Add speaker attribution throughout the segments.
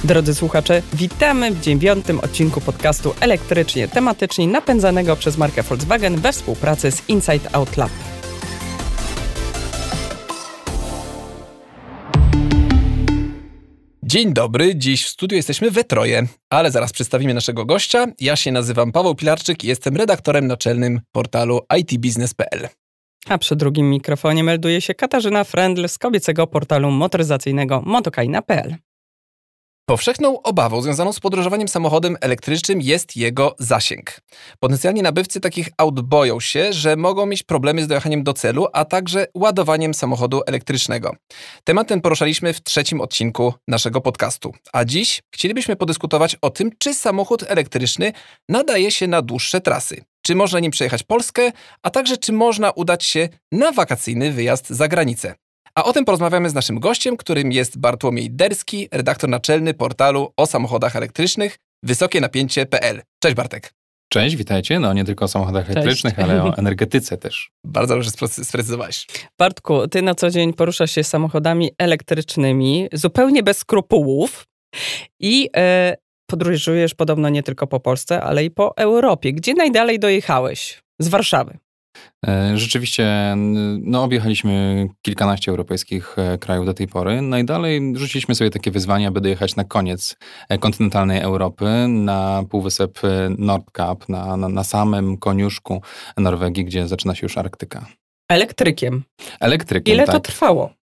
Speaker 1: Drodzy słuchacze, witamy w 9. odcinku podcastu Elektrycznie Tematycznie napędzanego przez markę Volkswagen we współpracy z Inside Out Lab.
Speaker 2: Dzień dobry, dziś w studiu jesteśmy we troje, ale zaraz przedstawimy naszego gościa. Ja się nazywam Paweł Pilarczyk i jestem redaktorem naczelnym portalu itbiznes.pl.
Speaker 1: A przy drugim mikrofonie melduje się Katarzyna Frędl z kobiecego portalu motoryzacyjnego motokajna.pl.
Speaker 2: Powszechną obawą związaną z podróżowaniem samochodem elektrycznym jest jego zasięg. Potencjalni nabywcy takich aut boją się, że mogą mieć problemy z dojechaniem do celu, a także ładowaniem samochodu elektrycznego. Temat ten poruszaliśmy w 3. odcinku naszego podcastu. A dziś chcielibyśmy podyskutować o tym, czy samochód elektryczny nadaje się na dłuższe trasy. Czy można nim przejechać Polskę, a także czy można udać się na wakacyjny wyjazd za granicę. A o tym porozmawiamy z naszym gościem, którym jest Bartłomiej Derski, redaktor naczelny portalu o samochodach elektrycznych wysokienapięcie.pl. Cześć Bartek.
Speaker 3: Cześć, witajcie. Nie tylko o samochodach elektrycznych, ale o energetyce też.
Speaker 2: Bardzo dobrze sprecyzowałeś.
Speaker 1: Bartku, ty na co dzień poruszasz się samochodami elektrycznymi, zupełnie bez skrupułów i podróżujesz podobno nie tylko po Polsce, ale i po Europie. Gdzie najdalej dojechałeś? Z Warszawy.
Speaker 3: Rzeczywiście, objechaliśmy kilkanaście europejskich krajów do tej pory. Najdalej rzuciliśmy sobie takie wyzwania, aby dojechać na koniec kontynentalnej Europy, na półwysep Nordkap, na samym koniuszku Norwegii, gdzie zaczyna się już Arktyka.
Speaker 1: Elektrykiem.
Speaker 3: Elektrykiem,
Speaker 1: Ile
Speaker 3: tak.
Speaker 1: to trwało?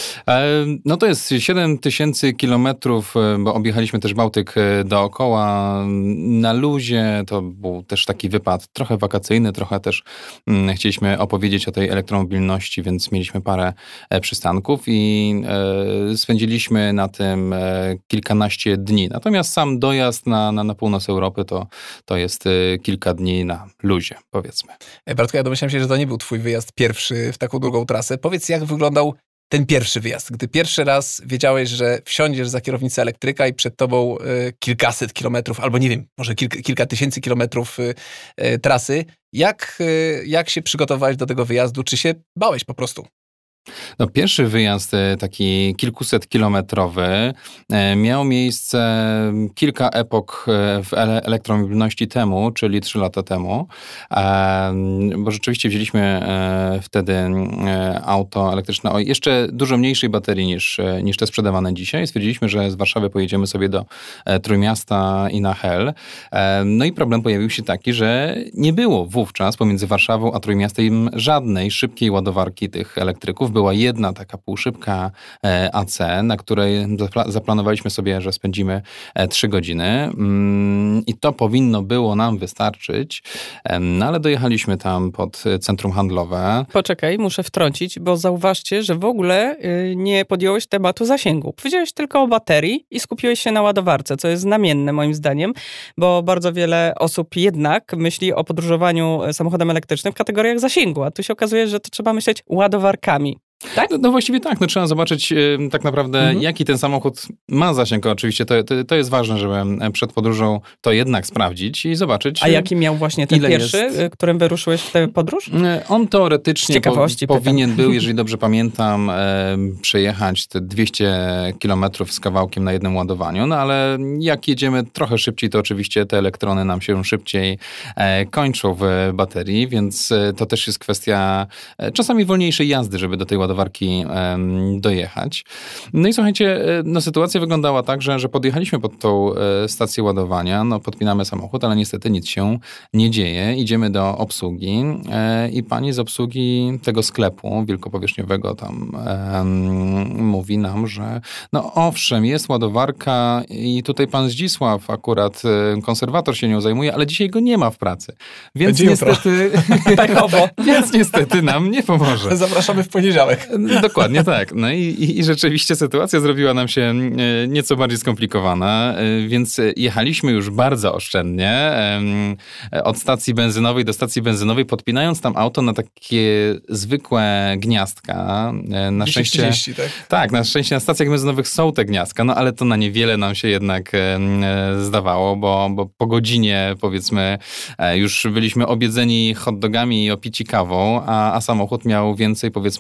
Speaker 3: To jest 7000 kilometrów, bo objechaliśmy też Bałtyk dookoła na luzie. To był też taki wypad trochę wakacyjny, trochę też chcieliśmy opowiedzieć o tej elektromobilności, więc mieliśmy parę przystanków i spędziliśmy na tym kilkanaście dni. Natomiast sam dojazd na północ Europy to jest kilka dni na luzie, powiedzmy.
Speaker 2: Bartku, ja domyślam się, że to nie był twój wyjazd pierwszy w taką długą trasę. Powiedz, jak wyglądał ten pierwszy wyjazd, gdy pierwszy raz wiedziałeś, że wsiądziesz za kierownicę elektryka i przed tobą kilkaset kilometrów, albo nie wiem, może kilka tysięcy kilometrów trasy. Jak się przygotowałeś do tego wyjazdu? Czy się bałeś po prostu?
Speaker 3: Pierwszy wyjazd taki kilkusetkilometrowy miał miejsce kilka epok w elektromobilności temu, czyli 3 lata temu, bo rzeczywiście wzięliśmy wtedy auto elektryczne o jeszcze dużo mniejszej baterii niż te sprzedawane dzisiaj. Stwierdziliśmy, że z Warszawy pojedziemy sobie do Trójmiasta i na Hel. No i problem pojawił się taki, że nie było wówczas pomiędzy Warszawą a Trójmiastem żadnej szybkiej ładowarki tych elektryków. Była jedna taka półszybka AC, na której zaplanowaliśmy sobie, że spędzimy 3 godziny i to powinno było nam wystarczyć, ale dojechaliśmy tam pod centrum handlowe.
Speaker 1: Poczekaj, muszę wtrącić, bo zauważcie, że w ogóle nie podjąłeś tematu zasięgu. Powiedziałeś tylko o baterii i skupiłeś się na ładowarce, co jest znamienne moim zdaniem, bo bardzo wiele osób jednak myśli o podróżowaniu samochodem elektrycznym w kategoriach zasięgu, a tu się okazuje, że to trzeba myśleć ładowarkami. Tak?
Speaker 3: No właściwie tak, trzeba zobaczyć tak naprawdę, jaki ten samochód ma zasięg. Oczywiście to jest ważne, żeby przed podróżą to jednak sprawdzić i zobaczyć.
Speaker 1: A jaki miał właśnie ten pierwszy, którym wyruszyłeś w tę podróż?
Speaker 3: On teoretycznie powinien był, jeżeli dobrze pamiętam, przejechać te 200 kilometrów z kawałkiem na jednym ładowaniu, ale jak jedziemy trochę szybciej, to oczywiście te elektrony nam się szybciej kończą w baterii, więc to też jest kwestia czasami wolniejszej jazdy, żeby do tej ładowarki dojechać. No i słuchajcie, sytuacja wyglądała tak, że podjechaliśmy pod tą stację ładowania, podpinamy samochód, ale niestety nic się nie dzieje. Idziemy do obsługi i pani z obsługi tego sklepu wielkopowierzchniowego tam mówi nam, że owszem, jest ładowarka i tutaj pan Zdzisław akurat, konserwator się nią zajmuje, ale dzisiaj go nie ma w pracy. Więc niestety
Speaker 1: pechowo.
Speaker 3: Więc niestety nam nie pomoże.
Speaker 2: Zapraszamy w poniedziałek.
Speaker 3: Dokładnie tak. No i rzeczywiście sytuacja zrobiła nam się nieco bardziej skomplikowana, więc jechaliśmy już bardzo oszczędnie od stacji benzynowej do stacji benzynowej, podpinając tam auto na takie zwykłe gniazdka. Na szczęście, tak, na szczęście na stacjach benzynowych są te gniazdka, ale to na niewiele nam się jednak zdawało, bo po godzinie, powiedzmy, już byliśmy obiedzeni hot dogami i opici kawą, a samochód miał więcej, powiedzmy, o 20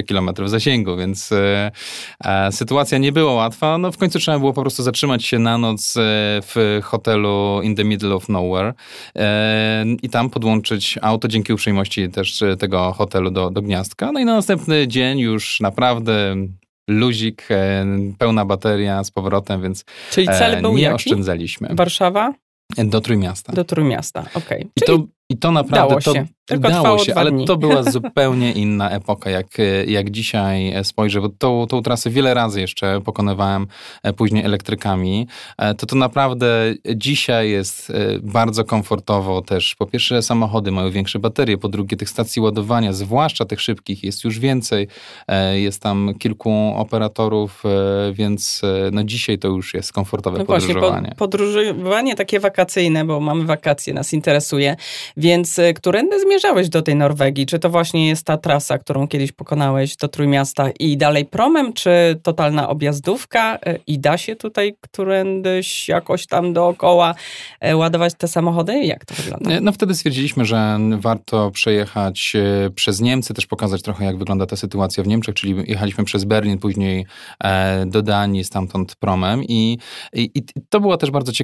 Speaker 3: 20 km zasięgu, więc sytuacja nie była łatwa. No w końcu trzeba było po prostu zatrzymać się na noc w hotelu in the middle of nowhere i tam podłączyć auto dzięki uprzejmości też tego hotelu do gniazdka. No i na następny dzień już naprawdę luzik, pełna bateria z powrotem, więc
Speaker 1: czyli cel był
Speaker 3: nie
Speaker 1: jaki?
Speaker 3: Oszczędzaliśmy.
Speaker 1: Warszawa?
Speaker 3: Do Trójmiasta.
Speaker 1: Do Trójmiasta, okej.
Speaker 3: I to naprawdę
Speaker 1: dało
Speaker 3: się, ale to była zupełnie inna epoka, jak dzisiaj spojrzę, bo tą trasę wiele razy jeszcze pokonywałem później elektrykami. To naprawdę dzisiaj jest bardzo komfortowo też. Po pierwsze samochody mają większe baterie, po drugie tych stacji ładowania, zwłaszcza tych szybkich, jest już więcej. Jest tam kilku operatorów, więc no dzisiaj to już jest komfortowe podróżowanie.
Speaker 1: Właśnie, podróżowanie takie wakacyjne, bo mamy wakacje, nas interesuje. Więc którędy zmierzałeś do tej Norwegii? Czy to właśnie jest ta trasa, którą kiedyś pokonałeś do Trójmiasta i dalej promem, czy totalna objazdówka? I da się tutaj którędyś jakoś tam dookoła ładować te samochody? Jak to wygląda?
Speaker 3: No wtedy stwierdziliśmy, że warto przejechać przez Niemcy, też pokazać trochę, jak wygląda ta sytuacja w Niemczech, czyli jechaliśmy przez Berlin, później do Danii, stamtąd promem i to była też bardzo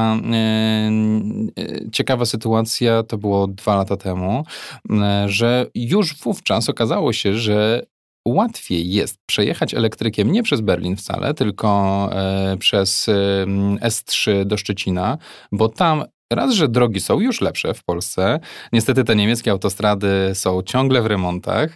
Speaker 3: ciekawa sytuacja. To było 2 lata temu, że już wówczas okazało się, że łatwiej jest przejechać elektrykiem nie przez Berlin wcale, tylko przez S3 do Szczecina, bo tam raz, że drogi są już lepsze w Polsce. Niestety te niemieckie autostrady są ciągle w remontach.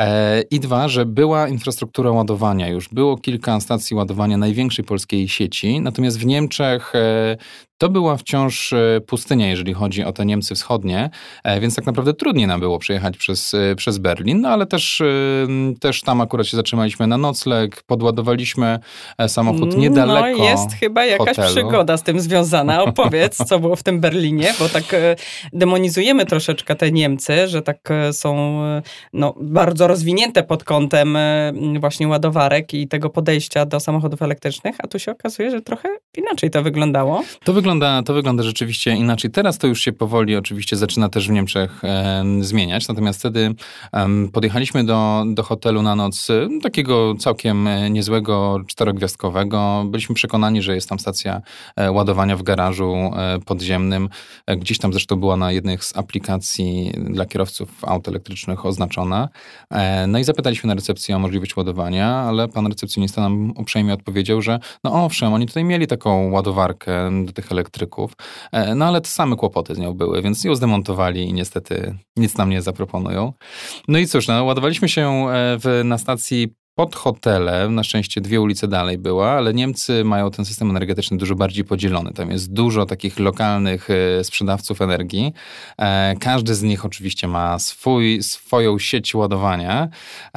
Speaker 3: I 2, że była infrastruktura ładowania już. Było kilka stacji ładowania największej polskiej sieci. Natomiast w Niemczech to była wciąż pustynia, jeżeli chodzi o te Niemcy wschodnie, więc tak naprawdę trudniej nam było przejechać przez Berlin, no ale też tam akurat się zatrzymaliśmy na nocleg, podładowaliśmy samochód niedaleko.
Speaker 1: No jest chyba jakaś przygoda z tym związana. Opowiedz, co było w tym Berlinie, bo tak demonizujemy troszeczkę te Niemcy, że tak są bardzo rozwinięte pod kątem właśnie ładowarek i tego podejścia do samochodów elektrycznych, a tu się okazuje, że trochę inaczej to wyglądało.
Speaker 3: To wygląda rzeczywiście inaczej. Teraz to już się powoli oczywiście zaczyna też w Niemczech zmieniać, natomiast wtedy podjechaliśmy do hotelu na noc, takiego całkiem niezłego, 4-gwiazdkowego. Byliśmy przekonani, że jest tam stacja ładowania w garażu podziemnym. Gdzieś tam zresztą była na jednej z aplikacji dla kierowców aut elektrycznych oznaczona. No i zapytaliśmy na recepcji o możliwość ładowania, ale pan recepcjonista nam uprzejmie odpowiedział, że no owszem, oni tutaj mieli taką ładowarkę do tych elektryków, no ale te same kłopoty z nią były, więc ją zdemontowali i niestety nic nam nie zaproponują. No i cóż, ładowaliśmy się na stacji pod hotelem, na szczęście 2 ulice dalej była, ale Niemcy mają ten system energetyczny dużo bardziej podzielony. Tam jest dużo takich lokalnych sprzedawców energii. Każdy z nich oczywiście ma swoją sieć ładowania.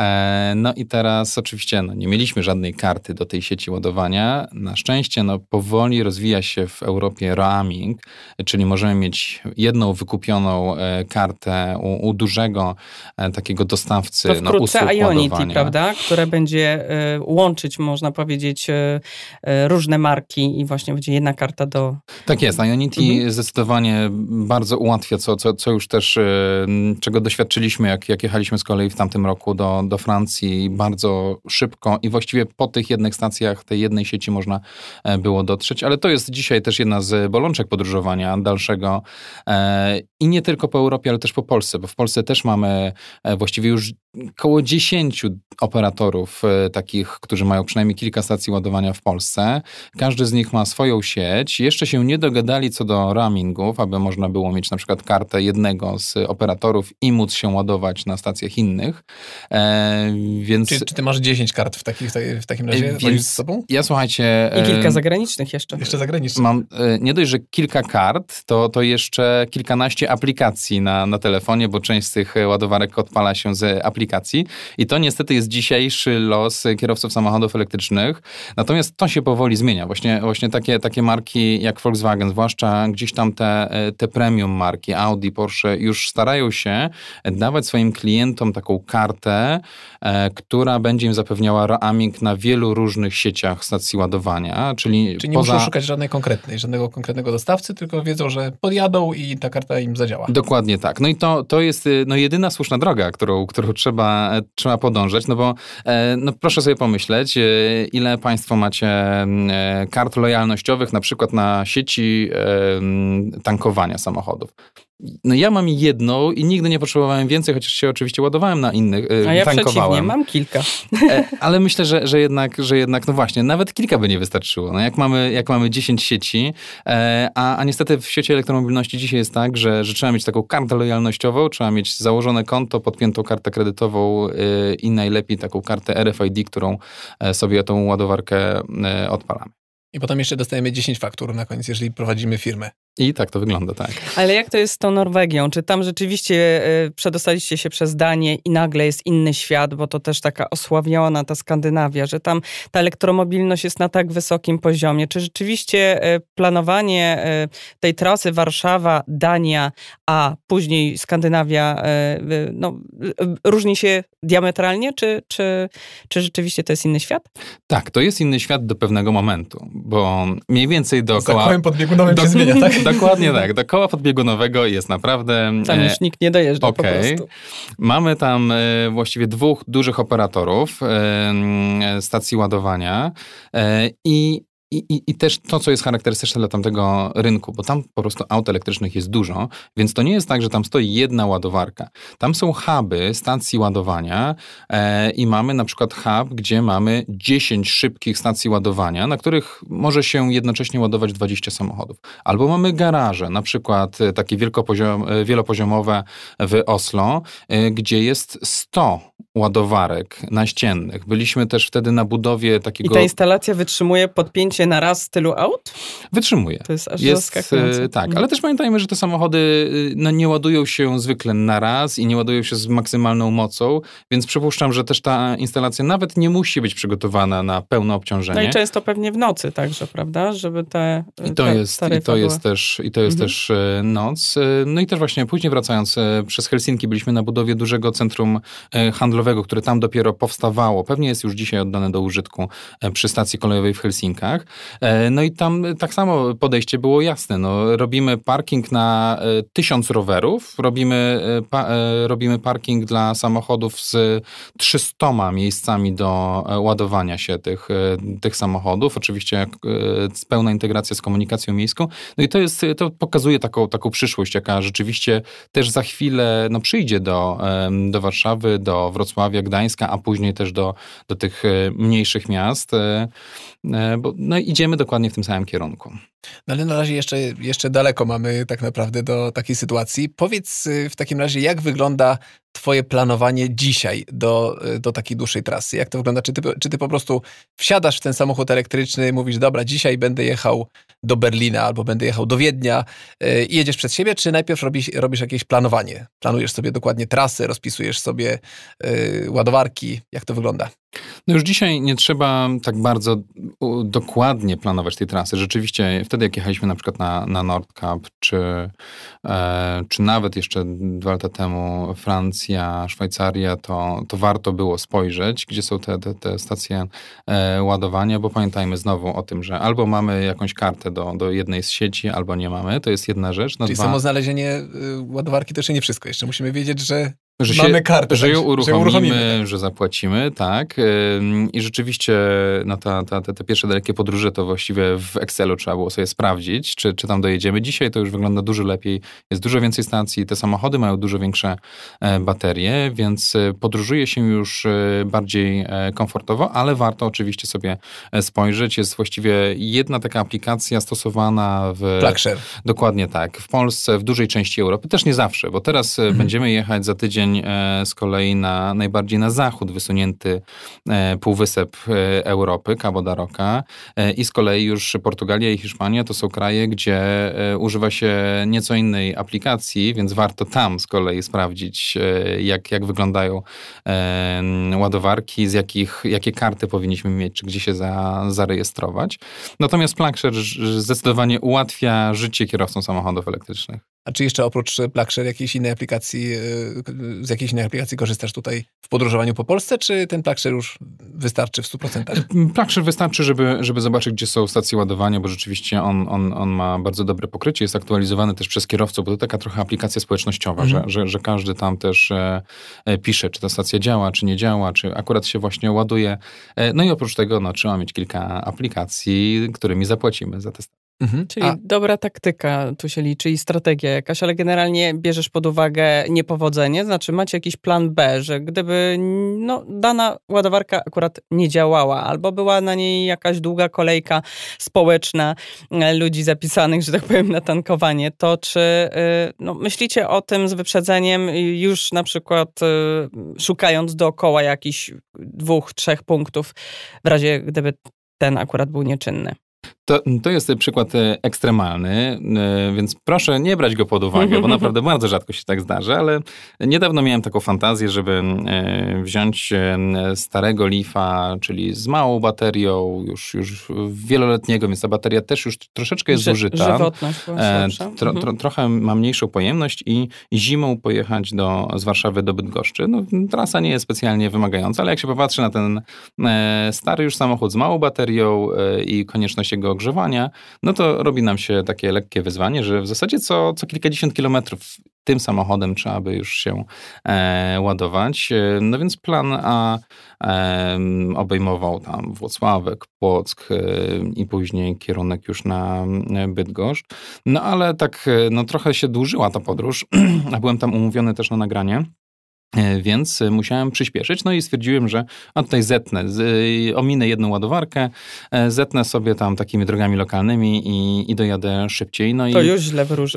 Speaker 3: No i teraz oczywiście nie mieliśmy żadnej karty do tej sieci ładowania. Na szczęście powoli rozwija się w Europie roaming, czyli możemy mieć jedną wykupioną kartę u dużego takiego dostawcy
Speaker 1: to wkrótce
Speaker 3: usług
Speaker 1: Ionity,
Speaker 3: ładowania.
Speaker 1: Prawda? Które będzie łączyć, można powiedzieć, różne marki i właśnie będzie jedna karta do...
Speaker 3: Tak jest, Ionity zdecydowanie bardzo ułatwia, co już też, czego doświadczyliśmy, jak jechaliśmy z kolei w tamtym roku do Francji, bardzo szybko i właściwie po tych jednych stacjach, tej jednej sieci można było dotrzeć, ale to jest dzisiaj też jedna z bolączek podróżowania dalszego i nie tylko po Europie, ale też po Polsce, bo w Polsce też mamy właściwie już około 10 operatorów takich, którzy mają przynajmniej kilka stacji ładowania w Polsce. Każdy z nich ma swoją sieć. Jeszcze się nie dogadali co do roamingów, aby można było mieć na przykład kartę jednego z operatorów i móc się ładować na stacjach innych. Więc...
Speaker 2: Czy ty masz 10 kart w takim razie z sobą?
Speaker 3: Ja słuchajcie...
Speaker 1: I kilka zagranicznych jeszcze.
Speaker 2: Jeszcze zagranicznych.
Speaker 3: Mam nie dość, że kilka kart, to jeszcze kilkanaście aplikacji na telefonie, bo część z tych ładowarek odpala się z aplikacji i to niestety jest dzisiejszy los kierowców samochodów elektrycznych. Natomiast to się powoli zmienia. Właśnie takie marki jak Volkswagen, zwłaszcza gdzieś tam te premium marki, Audi, Porsche, już starają się dawać swoim klientom taką kartę, która będzie im zapewniała roaming na wielu różnych sieciach stacji ładowania. Czyli
Speaker 2: nie muszą szukać żadnego konkretnego dostawcy, tylko wiedzą, że podjadą i ta karta im zadziała.
Speaker 3: Dokładnie tak. No i to jest jedyna słuszna droga, którą trzeba podążać, no bo proszę sobie pomyśleć, ile państwo macie kart lojalnościowych na przykład na sieci tankowania samochodów. No ja mam jedną i nigdy nie potrzebowałem więcej, chociaż się oczywiście ładowałem na innych,
Speaker 1: a ja
Speaker 3: tankowałem.
Speaker 1: Przeciwnie, mam kilka.
Speaker 3: Ale myślę, że jednak, no właśnie, nawet kilka by nie wystarczyło. No jak mamy 10 sieci, a niestety w świecie elektromobilności dzisiaj jest tak, że trzeba mieć taką kartę lojalnościową, trzeba mieć założone konto, podpiętą kartę kredytową i najlepiej taką kartę RFID, którą sobie tą ładowarkę odpalamy.
Speaker 2: I potem jeszcze dostajemy 10 faktur na koniec, jeżeli prowadzimy firmę.
Speaker 3: I tak to wygląda, tak.
Speaker 1: Ale jak to jest z tą Norwegią? Czy tam rzeczywiście przedostaliście się przez Danię i nagle jest inny świat, bo to też taka osławiona ta Skandynawia, że tam ta elektromobilność jest na tak wysokim poziomie. Czy rzeczywiście planowanie tej trasy Warszawa-Dania, a później Skandynawia różni się diametralnie? Czy rzeczywiście to jest inny świat?
Speaker 3: Tak, to jest inny świat do pewnego momentu, bo mniej więcej dookoła...
Speaker 2: Za kołem podbiegunowym się zmienia, tak?
Speaker 3: Dokładnie tak. Do koła podbiegunowego jest naprawdę...
Speaker 1: Tam już nikt nie dojeżdża po prostu.
Speaker 3: Mamy tam właściwie 2 dużych operatorów stacji ładowania i też to, co jest charakterystyczne dla tamtego rynku, bo tam po prostu aut elektrycznych jest dużo, więc to nie jest tak, że tam stoi jedna ładowarka. Tam są huby stacji ładowania i mamy na przykład hub, gdzie mamy 10 szybkich stacji ładowania, na których może się jednocześnie ładować 20 samochodów. Albo mamy garaże, na przykład takie wielopoziomowe w Oslo, gdzie jest 100 ładowarek naściennych. Byliśmy też wtedy na budowie takiego...
Speaker 1: I ta instalacja wytrzymuje podpięcie na raz tylu aut?
Speaker 3: Wytrzymuje.
Speaker 1: To jest aż zaskakujące.
Speaker 3: Tak, ale też pamiętajmy, że te samochody nie ładują się zwykle na raz i nie ładują się z maksymalną mocą, więc przypuszczam, że też ta instalacja nawet nie musi być przygotowana na pełne obciążenie.
Speaker 1: No i często pewnie w nocy także, prawda? Żeby te
Speaker 3: to jest też noc. No i też właśnie później wracając, przez Helsinki byliśmy na budowie dużego centrum handlowego, które tam dopiero powstawało. Pewnie jest już dzisiaj oddane do użytku przy stacji kolejowej w Helsinkach. No i tam tak samo podejście było jasne. No, robimy parking na 1000 rowerów, robimy parking dla samochodów z 300 miejscami do ładowania się tych samochodów. Oczywiście pełna integracja z komunikacją miejską. No i to pokazuje taką przyszłość, jaka rzeczywiście też za chwilę przyjdzie do Warszawy, do Wrocławia, Gdańska, a później też do tych mniejszych miast. Bo idziemy dokładnie w tym samym kierunku.
Speaker 2: No ale na razie jeszcze daleko mamy tak naprawdę do takiej sytuacji. Powiedz w takim razie, jak wygląda twoje planowanie dzisiaj do takiej dłuższej trasy? Jak to wygląda? Czy ty po prostu wsiadasz w ten samochód elektryczny, mówisz, dobra, dzisiaj będę jechał do Berlina albo będę jechał do Wiednia i jedziesz przed siebie, czy najpierw robisz jakieś planowanie? Planujesz sobie dokładnie trasy, rozpisujesz sobie ładowarki? Jak to wygląda?
Speaker 3: No już dzisiaj nie trzeba tak bardzo dokładnie planować tej trasy. Rzeczywiście wtedy, jak jechaliśmy na przykład na Nordkap, czy nawet jeszcze 2 lata temu Francja, Szwajcaria, to warto było spojrzeć, gdzie są te stacje ładowania, bo pamiętajmy znowu o tym, że albo mamy jakąś kartę do jednej z sieci, albo nie mamy. To jest jedna rzecz.
Speaker 2: Czyli samo znalezienie ładowarki to jeszcze nie wszystko. Jeszcze musimy wiedzieć, że
Speaker 3: mamy kartę, że ją uruchomimy, że zapłacimy, tak. I rzeczywiście te pierwsze dalekie podróże to właściwie w Excelu trzeba było sobie sprawdzić, czy tam dojedziemy. Dzisiaj to już wygląda dużo lepiej. Jest dużo więcej stacji. Te samochody mają dużo większe baterie, więc podróżuje się już bardziej komfortowo, ale warto oczywiście sobie spojrzeć. Jest właściwie jedna taka aplikacja stosowana w...
Speaker 2: PlugShare.
Speaker 3: Dokładnie tak. W Polsce, w dużej części Europy. Też nie zawsze, bo teraz będziemy jechać za tydzień z kolei najbardziej na zachód wysunięty półwysep Europy, Cabo da Roca, i z kolei już Portugalia i Hiszpania to są kraje, gdzie używa się nieco innej aplikacji, więc warto tam z kolei sprawdzić, jak wyglądają ładowarki, jakie karty powinniśmy mieć, czy gdzie się zarejestrować. Natomiast PlugShare zdecydowanie ułatwia życie kierowcom samochodów elektrycznych.
Speaker 2: A czy jeszcze oprócz PlugShare z jakiejś innej aplikacji korzystasz tutaj w podróżowaniu po Polsce, czy ten PlugShare już wystarczy w 100%?
Speaker 3: PlugShare wystarczy, żeby zobaczyć, gdzie są stacje ładowania, bo rzeczywiście on ma bardzo dobre pokrycie, jest aktualizowany też przez kierowców, bo to taka trochę aplikacja społecznościowa, że każdy tam też pisze, czy ta stacja działa, czy nie działa, czy akurat się właśnie ładuje. No i oprócz tego trzeba mieć kilka aplikacji, którymi zapłacimy za test.
Speaker 1: Czyli dobra taktyka tu się liczy i strategia jakaś, ale generalnie bierzesz pod uwagę niepowodzenie, znaczy macie jakiś plan B, że gdyby dana ładowarka akurat nie działała, albo była na niej jakaś długa kolejka społeczna ludzi zapisanych, że tak powiem, na tankowanie, to czy myślicie o tym z wyprzedzeniem już na przykład szukając dookoła jakichś 2-3 punktów, w razie gdyby ten akurat był nieczynny?
Speaker 3: To jest przykład ekstremalny, więc proszę nie brać go pod uwagę, bo naprawdę bardzo rzadko się tak zdarza, ale niedawno miałem taką fantazję, żeby wziąć starego Leafa, czyli z małą baterią, już wieloletniego, więc ta bateria też już troszeczkę jest zużyta.
Speaker 1: Żywotność
Speaker 3: trochę ma mniejszą pojemność i zimą pojechać z Warszawy do Bydgoszczy. Trasa nie jest specjalnie wymagająca, ale jak się popatrzy na ten stary już samochód z małą baterią i konieczność jego ogrzewania, to robi nam się takie lekkie wyzwanie, że w zasadzie co kilkadziesiąt kilometrów tym samochodem trzeba by już się ładować. Więc plan A obejmował tam Włocławek, Płock i później kierunek już na Bydgoszcz. Ale tak trochę się dłużyła ta podróż, a byłem tam umówiony też na nagranie. Więc musiałem przyspieszyć, i stwierdziłem, że tutaj ominę jedną ładowarkę, zetnę sobie tam takimi drogami lokalnymi i dojadę szybciej.
Speaker 1: To już źle wróży.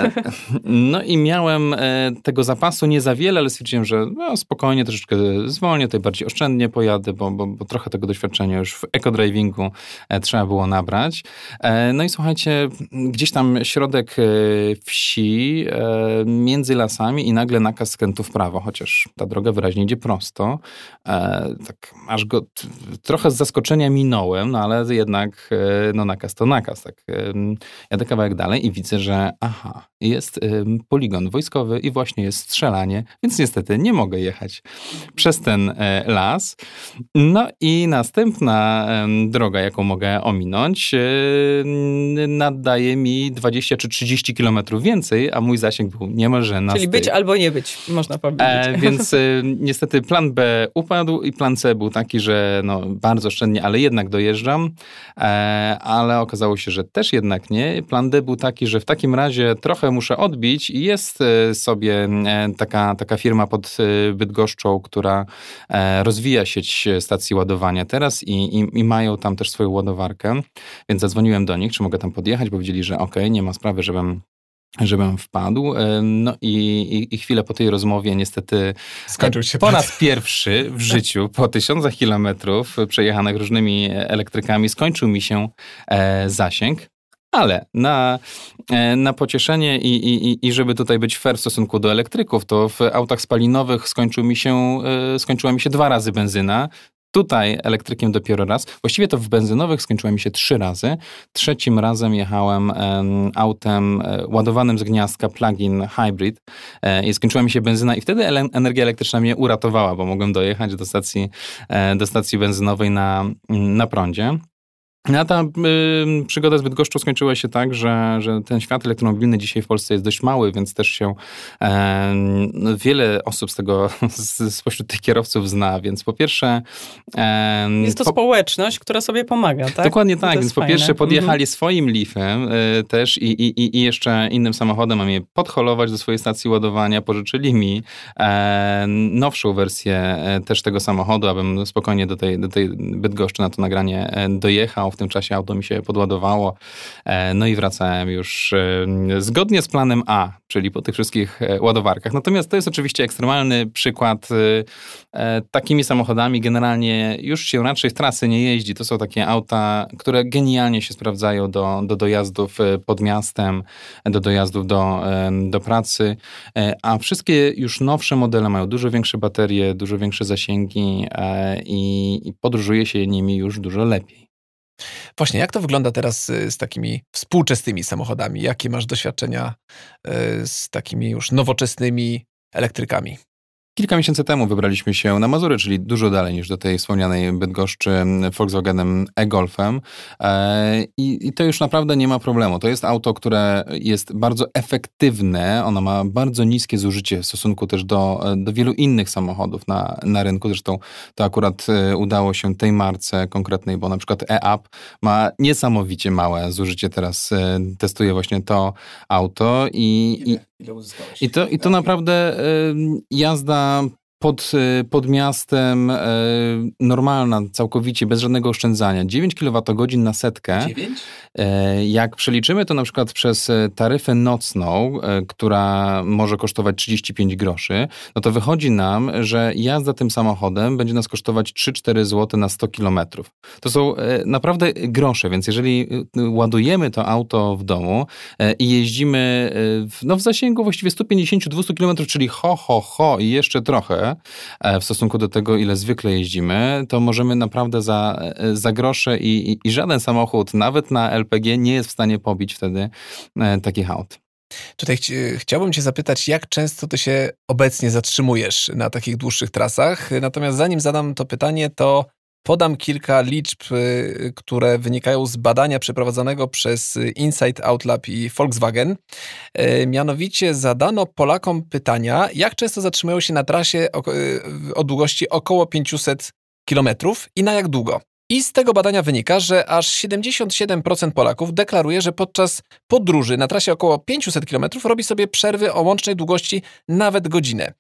Speaker 3: I miałem tego zapasu nie za wiele, ale stwierdziłem, że spokojnie, troszeczkę zwolnię, tutaj bardziej oszczędnie pojadę, bo trochę tego doświadczenia już w eco-drivingu trzeba było nabrać. I słuchajcie, gdzieś tam środek wsi, między lasami i nagle nakaz skrętu w prawo, chociaż ta droga wyraźnie idzie prosto. Tak aż go trochę z zaskoczenia minąłem, ale jednak nakaz to nakaz. Tak. Jadę kawałek dalej i widzę, że jest poligon wojskowy i właśnie jest strzelanie, więc niestety nie mogę jechać przez ten las. I następna droga, jaką mogę ominąć, nadaje mi 20 czy 30 kilometrów więcej, a mój zasięg był niemalże na
Speaker 1: Czyli być albo nie być, można powiedzieć.
Speaker 3: Więc niestety plan B upadł i plan C był taki, że bardzo oszczędnie, ale jednak dojeżdżam, ale okazało się, że też jednak nie. Plan D był taki, że w takim razie trochę muszę odbić i jest sobie taka firma pod Bydgoszczą, która rozwija sieć stacji ładowania teraz i mają tam też swoją ładowarkę, więc zadzwoniłem do nich, czy mogę tam podjechać, bo powiedzieli, że nie ma sprawy, żebym wpadł. I chwilę po tej rozmowie niestety
Speaker 2: skończył się
Speaker 3: po raz pierwszy w życiu, po 1000 kilometrów przejechanych różnymi elektrykami, skończył mi się zasięg. Ale na pocieszenie i żeby tutaj być fair w stosunku do elektryków, to w autach spalinowych skończyła mi się 2 razy benzyna. Tutaj elektrykiem dopiero raz. Właściwie to w benzynowych skończyło mi się 3 razy. 3. razem jechałem autem ładowanym z gniazdka plug-in hybrid i skończyła mi się benzyna i wtedy energia elektryczna mnie uratowała, bo mogłem dojechać do stacji benzynowej na prądzie. A ta przygoda z Bydgoszczą skończyła się tak, że ten świat elektromobilny dzisiaj w Polsce jest dość mały, więc też się wiele osób spośród tych kierowców zna, więc po pierwsze...
Speaker 1: jest to społeczność, która sobie pomaga, tak?
Speaker 3: Dokładnie tak, więc po pierwsze podjechali swoim Leafem też i jeszcze innym samochodem, a mnie podholować do swojej stacji ładowania, pożyczyli mi nowszą wersję też tego samochodu, abym spokojnie do tej Bydgoszczy na to nagranie dojechał. W tym czasie auto mi się podładowało, i wracałem już zgodnie z planem A, czyli po tych wszystkich ładowarkach. Natomiast to jest oczywiście ekstremalny przykład. Takimi samochodami generalnie już się raczej w trasy nie jeździ. To są takie auta, które genialnie się sprawdzają do dojazdów pod miastem, do dojazdów do pracy, a wszystkie już nowsze modele mają dużo większe baterie, dużo większe zasięgi i podróżuje się nimi już dużo lepiej.
Speaker 2: Właśnie, jak to wygląda teraz z takimi współczesnymi samochodami? Jakie masz doświadczenia z takimi już nowoczesnymi elektrykami?
Speaker 3: Kilka miesięcy temu wybraliśmy się na Mazury, czyli dużo dalej niż do tej wspomnianej Bydgoszczy Volkswagenem e-Golfem. I to już naprawdę nie ma problemu. To jest auto, które jest bardzo efektywne. Ono ma bardzo niskie zużycie w stosunku też do wielu innych samochodów na rynku. Zresztą to akurat udało się tej marce konkretnej, bo na przykład e-Up ma niesamowicie małe zużycie. Teraz testuję właśnie to auto
Speaker 2: Ile uzyskałeś?
Speaker 3: I to naprawdę jazda pod miastem normalna, całkowicie, bez żadnego oszczędzania. 9 kWh na setkę.
Speaker 2: 9?
Speaker 3: Jak przeliczymy to na przykład przez taryfę nocną, która może kosztować 35 groszy, no to wychodzi nam, że jazda tym samochodem będzie nas kosztować 3-4 zł na 100 km. To są naprawdę grosze, więc jeżeli ładujemy to auto w domu i jeździmy w zasięgu właściwie 150-200 km, czyli ho i jeszcze trochę, w stosunku do tego, ile zwykle jeździmy, to możemy naprawdę za grosze i żaden samochód, nawet na LPG, nie jest w stanie pobić wtedy takich aut.
Speaker 2: Tutaj chciałbym cię zapytać, jak często ty się obecnie zatrzymujesz na takich dłuższych trasach? Natomiast zanim zadam to pytanie, to podam kilka liczb, które wynikają z badania przeprowadzonego przez Inside Out Lab i Volkswagen. Mianowicie zadano Polakom pytania, jak często zatrzymują się na trasie o długości około 500 km i na jak długo. I z tego badania wynika, że aż 77% Polaków deklaruje, że podczas podróży na trasie około 500 km robi sobie przerwy o łącznej długości nawet godzinę.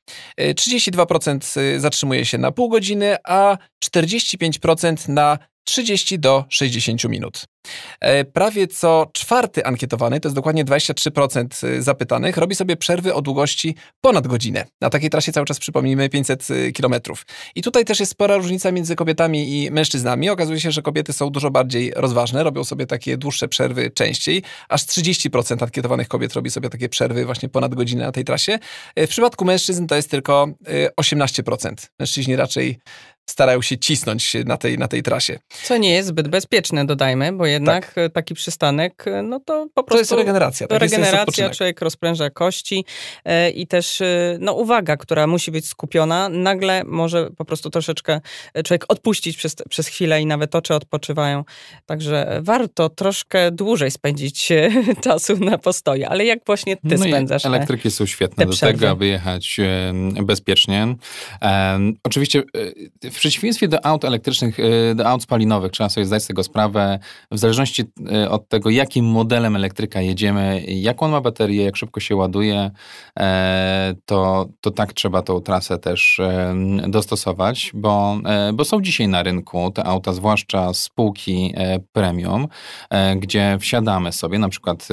Speaker 2: 32% zatrzymuje się na pół godziny, a 45% na 30 do 60 minut. Prawie co czwarty ankietowany, to jest dokładnie 23% zapytanych, robi sobie przerwy o długości ponad godzinę. Na takiej trasie cały czas, przypomnijmy, 500 km. I tutaj też jest spora różnica między kobietami i mężczyznami. Okazuje się, że kobiety są dużo bardziej rozważne, robią sobie takie dłuższe przerwy częściej. Aż 30% ankietowanych kobiet robi sobie takie przerwy właśnie ponad godzinę na tej trasie. W przypadku mężczyzn to jest tylko 18%. Mężczyźni raczej starają się cisnąć na tej trasie.
Speaker 1: Co nie jest zbyt bezpieczne, dodajmy, bo jednak taki przystanek, no to po prostu...
Speaker 2: To jest regeneracja.
Speaker 1: To regeneracja, człowiek rozpręża kości i też uwaga, która musi być skupiona, nagle może po prostu troszeczkę człowiek odpuścić przez chwilę i nawet oczy odpoczywają. Także warto troszkę dłużej spędzić czasu na postoju. Ale jak właśnie ty spędzasz?
Speaker 3: Elektryki są świetne do tego, aby jechać bezpiecznie. Oczywiście w przeciwieństwie do aut elektrycznych, do aut spalinowych, trzeba sobie zdać z tego sprawę, w zależności od tego, jakim modelem elektryka jedziemy, jaką on ma baterię, jak szybko się ładuje, to tak trzeba tą trasę też dostosować, bo są dzisiaj na rynku te auta, zwłaszcza spółki premium, gdzie wsiadamy sobie, na przykład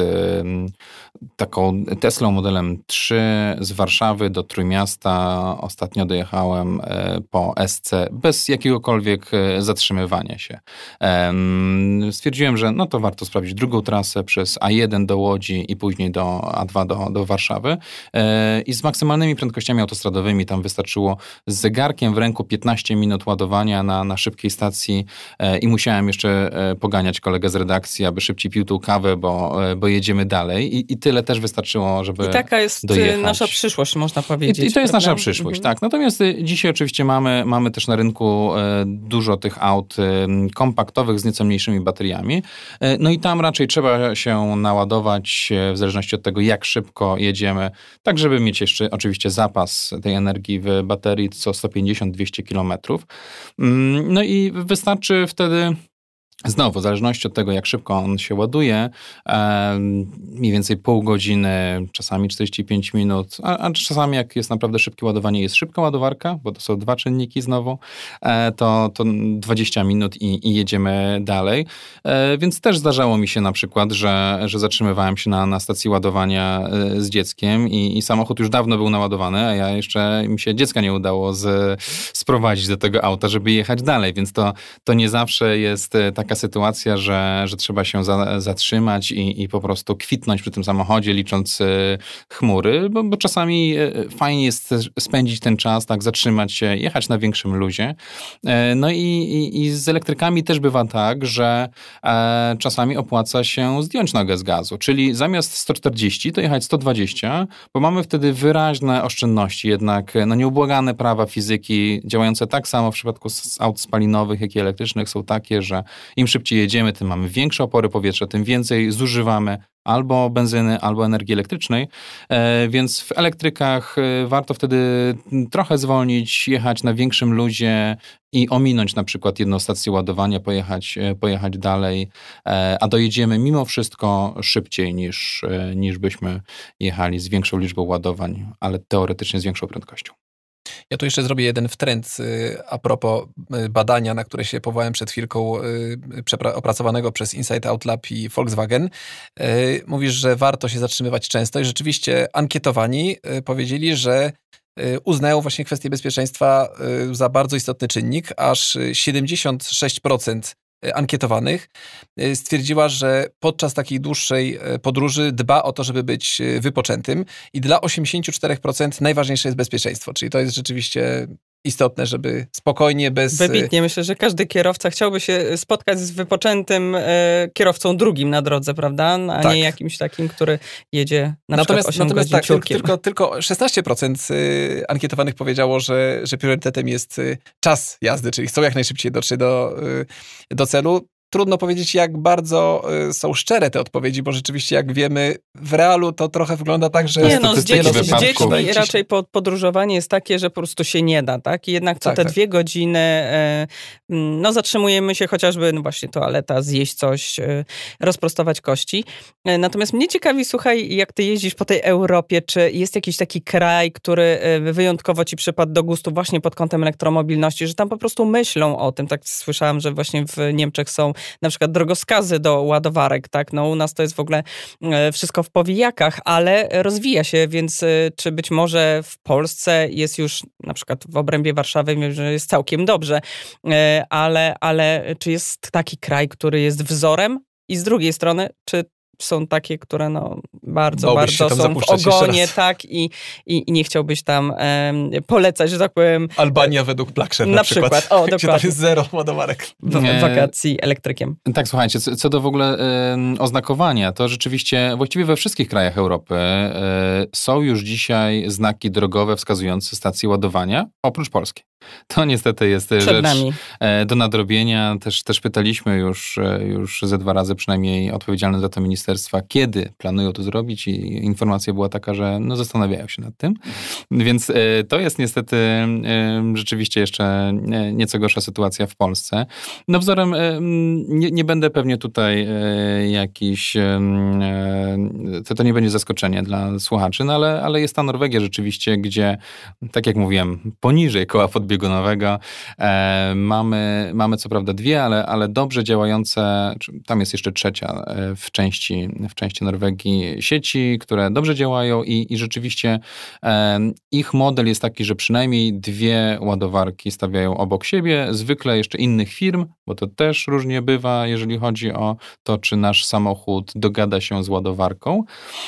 Speaker 3: taką Teslą modelem 3 z Warszawy do Trójmiasta. Ostatnio dojechałem po SC bez jakiegokolwiek zatrzymywania się. Stwierdziłem, że to warto sprawdzić drugą trasę przez A1 do Łodzi i później do A2 do Warszawy. I z maksymalnymi prędkościami autostradowymi tam wystarczyło z zegarkiem w ręku 15 minut ładowania na szybkiej stacji i musiałem jeszcze poganiać kolegę z redakcji, aby szybciej pił tą kawę, bo jedziemy dalej. I tyle też wystarczyło, żeby dojechać.
Speaker 1: I taka jest nasza przyszłość, można powiedzieć.
Speaker 3: I to jest nasza przyszłość, tak. Natomiast dzisiaj oczywiście mamy też na rynku dużo tych aut kompaktowych z nieco mniejszymi bateriami. No i tam raczej trzeba się naładować w zależności od tego, jak szybko jedziemy, tak żeby mieć jeszcze oczywiście zapas tej energii w baterii co 150-200 kilometrów. No i wystarczy wtedy... Znowu, w zależności od tego, jak szybko on się ładuje, mniej więcej pół godziny, czasami 45 minut, a czasami jak jest naprawdę szybkie ładowanie, jest szybka ładowarka, bo to są dwa czynniki znowu, to 20 minut i jedziemy dalej. Więc też zdarzało mi się na przykład, że zatrzymywałem się na stacji ładowania z dzieckiem i samochód już dawno był naładowany, a ja jeszcze mi się dziecka nie udało sprowadzić do tego auta, żeby jechać dalej, więc to nie zawsze jest taka taka sytuacja, że trzeba się zatrzymać i po prostu kwitnąć przy tym samochodzie, licząc chmury, bo czasami fajnie jest spędzić ten czas, tak, zatrzymać się, jechać na większym luzie. No i z elektrykami też bywa tak, że czasami opłaca się zdjąć nogę z gazu, czyli zamiast 140 to jechać 120, bo mamy wtedy wyraźne oszczędności, jednak nieubłagane prawa fizyki działające tak samo w przypadku aut spalinowych, jak i elektrycznych są takie, że im szybciej jedziemy, tym mamy większe opory powietrza, tym więcej zużywamy albo benzyny, albo energii elektrycznej, więc w elektrykach warto wtedy trochę zwolnić, jechać na większym luzie i ominąć na przykład jedną stację ładowania, pojechać dalej, a dojedziemy mimo wszystko szybciej niż byśmy jechali z większą liczbą ładowań, ale teoretycznie z większą prędkością.
Speaker 2: Ja tu jeszcze zrobię jeden wtręt a propos badania, na które się powołałem przed chwilką, opracowanego przez Inside Out Lab i Volkswagen. Mówisz, że warto się zatrzymywać często i rzeczywiście ankietowani powiedzieli, że uznają właśnie kwestię bezpieczeństwa za bardzo istotny czynnik. Aż 76% ankietowanych stwierdziła, że podczas takiej dłuższej podróży dba o to, żeby być wypoczętym i dla 84% najważniejsze jest bezpieczeństwo, czyli to jest rzeczywiście istotne, żeby spokojnie, bez...
Speaker 1: Wybitnie. Myślę, że każdy kierowca chciałby się spotkać z wypoczętym kierowcą drugim na drodze, prawda? A tak. Nie jakimś takim, który jedzie na przykład 8 godzin
Speaker 2: tak,
Speaker 1: ciurkiem.
Speaker 2: Tylko 16% ankietowanych powiedziało, że priorytetem jest czas jazdy, czyli chcą jak najszybciej dotrzeć do celu. Trudno powiedzieć, jak bardzo są szczere te odpowiedzi, bo rzeczywiście, jak wiemy, w realu to trochę wygląda tak, że...
Speaker 1: z dziećmi raczej podróżowanie jest takie, że po prostu się nie da, tak? I jednak co te 2 godziny zatrzymujemy się chociażby, właśnie toaleta, zjeść coś, rozprostować kości. Natomiast mnie ciekawi, słuchaj, jak ty jeździsz po tej Europie, czy jest jakiś taki kraj, który wyjątkowo ci przypadł do gustu właśnie pod kątem elektromobilności, że tam po prostu myślą o tym. Tak słyszałam, że właśnie w Niemczech są na przykład drogowskazy do ładowarek, tak? No u nas to jest w ogóle wszystko w powijakach, ale rozwija się, więc czy być może w Polsce jest już, na przykład w obrębie Warszawy, wiem, że jest całkiem dobrze, ale czy jest taki kraj, który jest wzorem? I z drugiej strony, czy są takie, które bardzo są w ogonie, tak, i nie chciałbyś tam polecać, że tak powiem...
Speaker 2: Albania według Plakszer na przykład.
Speaker 1: O, dokładnie.
Speaker 2: Tam jest 0 ładowarek.
Speaker 1: Wakacji elektrykiem.
Speaker 3: Tak, słuchajcie, co do w ogóle oznakowania, to rzeczywiście właściwie we wszystkich krajach Europy są już dzisiaj znaki drogowe wskazujące stacje ładowania, oprócz Polski. To niestety jest rzecz do nadrobienia. Też pytaliśmy już ze 2 razy przynajmniej odpowiedzialne za to ministerstwa, kiedy planują to zrobić i informacja była taka, że zastanawiają się nad tym. Więc to jest niestety rzeczywiście jeszcze nieco gorsza sytuacja w Polsce. Wzorem nie będę pewnie tutaj jakiś... To nie będzie zaskoczenie dla słuchaczy, ale jest ta Norwegia rzeczywiście, gdzie, tak jak mówiłem, poniżej koła podbiegunowego mamy co prawda 2, ale dobrze działające, tam jest jeszcze 3 w części Norwegii sieci, które dobrze działają i rzeczywiście ich model jest taki, że przynajmniej 2 ładowarki stawiają obok siebie, zwykle jeszcze innych firm, bo to też różnie bywa, jeżeli chodzi o to, czy nasz samochód dogada się z ładowarką.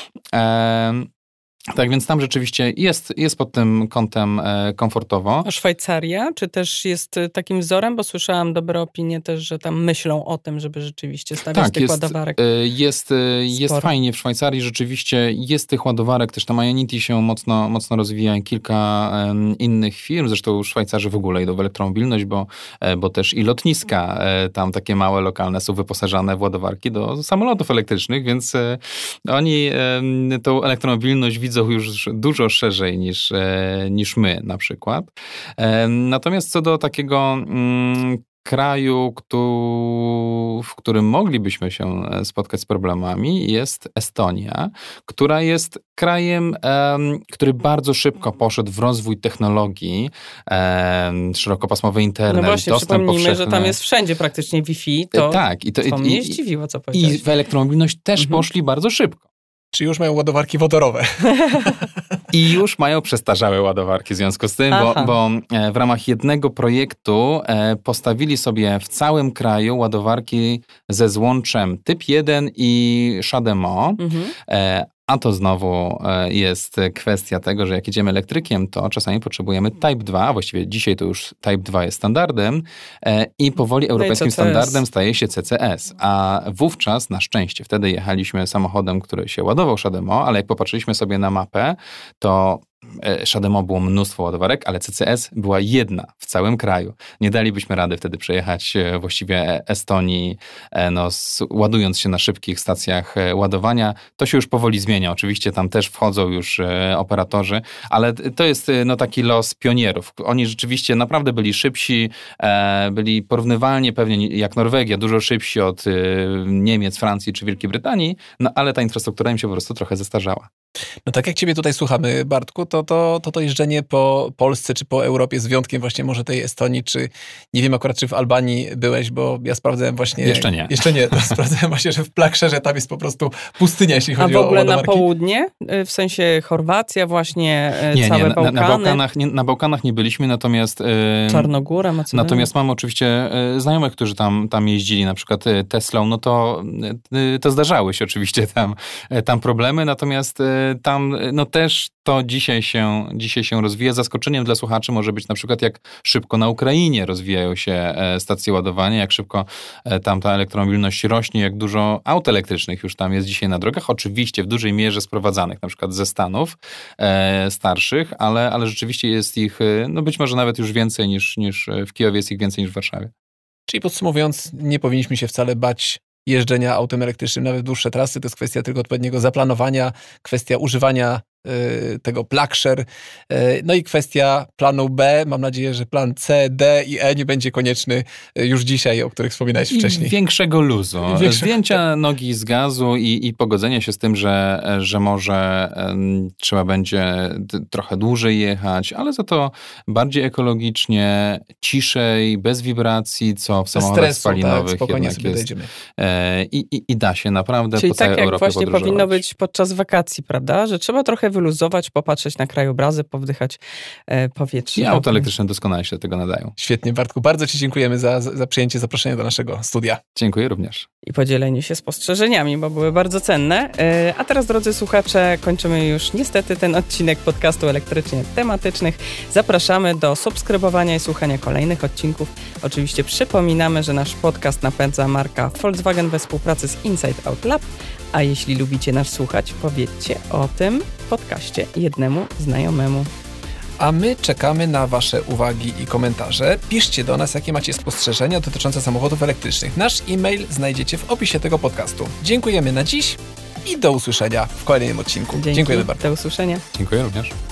Speaker 3: Tak, więc tam rzeczywiście jest pod tym kątem komfortowo.
Speaker 1: A Szwajcaria, czy też jest takim wzorem? Bo słyszałam dobre opinie też, że tam myślą o tym, żeby rzeczywiście stawiać tych ładowarek.
Speaker 3: Jest fajnie w Szwajcarii, rzeczywiście jest tych ładowarek, też tam Ionity się mocno rozwija i kilka innych firm, zresztą Szwajcarzy w ogóle idą w elektromobilność, bo też i lotniska tam takie małe, lokalne są wyposażane w ładowarki do samolotów elektrycznych, więc oni tą elektromobilność widzą już dużo szerzej niż my na przykład. Natomiast co do takiego kraju, w którym moglibyśmy się spotkać z problemami, jest Estonia, która jest krajem, który bardzo szybko poszedł w rozwój technologii, szerokopasmowy internet,
Speaker 1: no właśnie,
Speaker 3: dostęp powszechny.
Speaker 1: Przypomnijmy, że tam jest wszędzie praktycznie Wi-Fi, to mnie zdziwiło, co powiedziałeś.
Speaker 3: I w elektromobilność też poszli bardzo szybko.
Speaker 2: Czy już mają ładowarki wodorowe?
Speaker 3: I już mają przestarzałe ładowarki w związku z tym, bo w ramach jednego projektu postawili sobie w całym kraju ładowarki ze złączem typ 1 i CHAdeMO. A to znowu jest kwestia tego, że jak jedziemy elektrykiem, to czasami potrzebujemy Type 2, a właściwie dzisiaj to już Type 2 jest standardem i powoli europejskim standardem staje się CCS. A wówczas, na szczęście, wtedy jechaliśmy samochodem, który się ładował CHAdeMO, ale jak popatrzyliśmy sobie na mapę, to CHAdeMO było mnóstwo ładowarek, ale CCS była jedna w całym kraju. Nie dalibyśmy rady wtedy przejechać właściwie Estonii, ładując się na szybkich stacjach ładowania. To się już powoli zmienia. Oczywiście tam też wchodzą już operatorzy, ale to jest taki los pionierów. Oni rzeczywiście naprawdę byli szybsi, byli porównywalnie pewnie jak Norwegia, dużo szybsi od Niemiec, Francji czy Wielkiej Brytanii, ale ta infrastruktura im się po prostu trochę zestarzała.
Speaker 2: No tak jak ciebie tutaj słuchamy, Bartku, to jeżdżenie po Polsce czy po Europie z wyjątkiem właśnie może tej Estonii, czy nie wiem akurat, czy w Albanii byłeś, bo ja sprawdzałem właśnie...
Speaker 3: Jeszcze nie.
Speaker 2: Sprawdzałem właśnie, że w Plaksherze tam jest po prostu pustynia, jeśli chodzi o ładowarki.
Speaker 1: A w ogóle na południe? W sensie Chorwacja właśnie, całe Bałkany?
Speaker 3: Na Bałkanach nie byliśmy, natomiast...
Speaker 1: Czarnogóra, Macedonia.
Speaker 3: Natomiast mam oczywiście znajomych, którzy tam jeździli, na przykład Teslą, to zdarzały się oczywiście tam problemy, natomiast tam też to dzisiaj się rozwija. Zaskoczeniem dla słuchaczy może być na przykład, jak szybko na Ukrainie rozwijają się stacje ładowania, jak szybko tam ta elektromobilność rośnie, jak dużo aut elektrycznych już tam jest dzisiaj na drogach. Oczywiście w dużej mierze sprowadzanych na przykład ze Stanów starszych, ale rzeczywiście jest ich być może nawet już więcej niż w Kijowie, jest ich więcej niż w Warszawie.
Speaker 2: Czyli podsumowując, nie powinniśmy się wcale bać jeżdżenia autem elektrycznym, nawet dłuższe trasy. To jest kwestia tylko odpowiedniego zaplanowania, kwestia używania tego Plaksher, no i kwestia planu B. Mam nadzieję, że plan C, D i E nie będzie konieczny już dzisiaj, o których wspominałeś wcześniej.
Speaker 3: Większego luzu. Zdjęcia nogi z gazu i pogodzenia się z tym, że może trzeba będzie trochę dłużej jechać, ale za to bardziej ekologicznie, ciszej, bez wibracji, co w samochodach spalinowych.
Speaker 2: Tak, spokojnie sobie dojdziemy.
Speaker 3: I da się naprawdę
Speaker 1: czyli
Speaker 3: po całej Europie
Speaker 1: podróżować. Czyli tak jak właśnie powinno być podczas wakacji, prawda? Że trzeba trochę wyluzować, popatrzeć na krajobrazy, powdychać powietrze.
Speaker 3: I auta elektryczne doskonale się do tego nadają.
Speaker 2: Świetnie, Bartku. Bardzo ci dziękujemy za przyjęcie zaproszenia do naszego studia.
Speaker 3: Dziękuję również.
Speaker 1: I podzielenie się spostrzeżeniami, bo były bardzo cenne. A teraz, drodzy słuchacze, kończymy już niestety ten odcinek podcastu Elektrycznie Tematycznych. Zapraszamy do subskrybowania i słuchania kolejnych odcinków. Oczywiście przypominamy, że nasz podcast napędza marka Volkswagen we współpracy z Inside Out Lab. A jeśli lubicie nas słuchać, powiedzcie o tym podcaście jednemu znajomemu.
Speaker 2: A my czekamy na wasze uwagi i komentarze. Piszcie do nas, jakie macie spostrzeżenia dotyczące samochodów elektrycznych. Nasz e-mail znajdziecie w opisie tego podcastu. Dziękujemy na dziś i do usłyszenia w kolejnym odcinku.
Speaker 1: Dziękujemy bardzo. Do usłyszenia.
Speaker 3: Dziękuję również.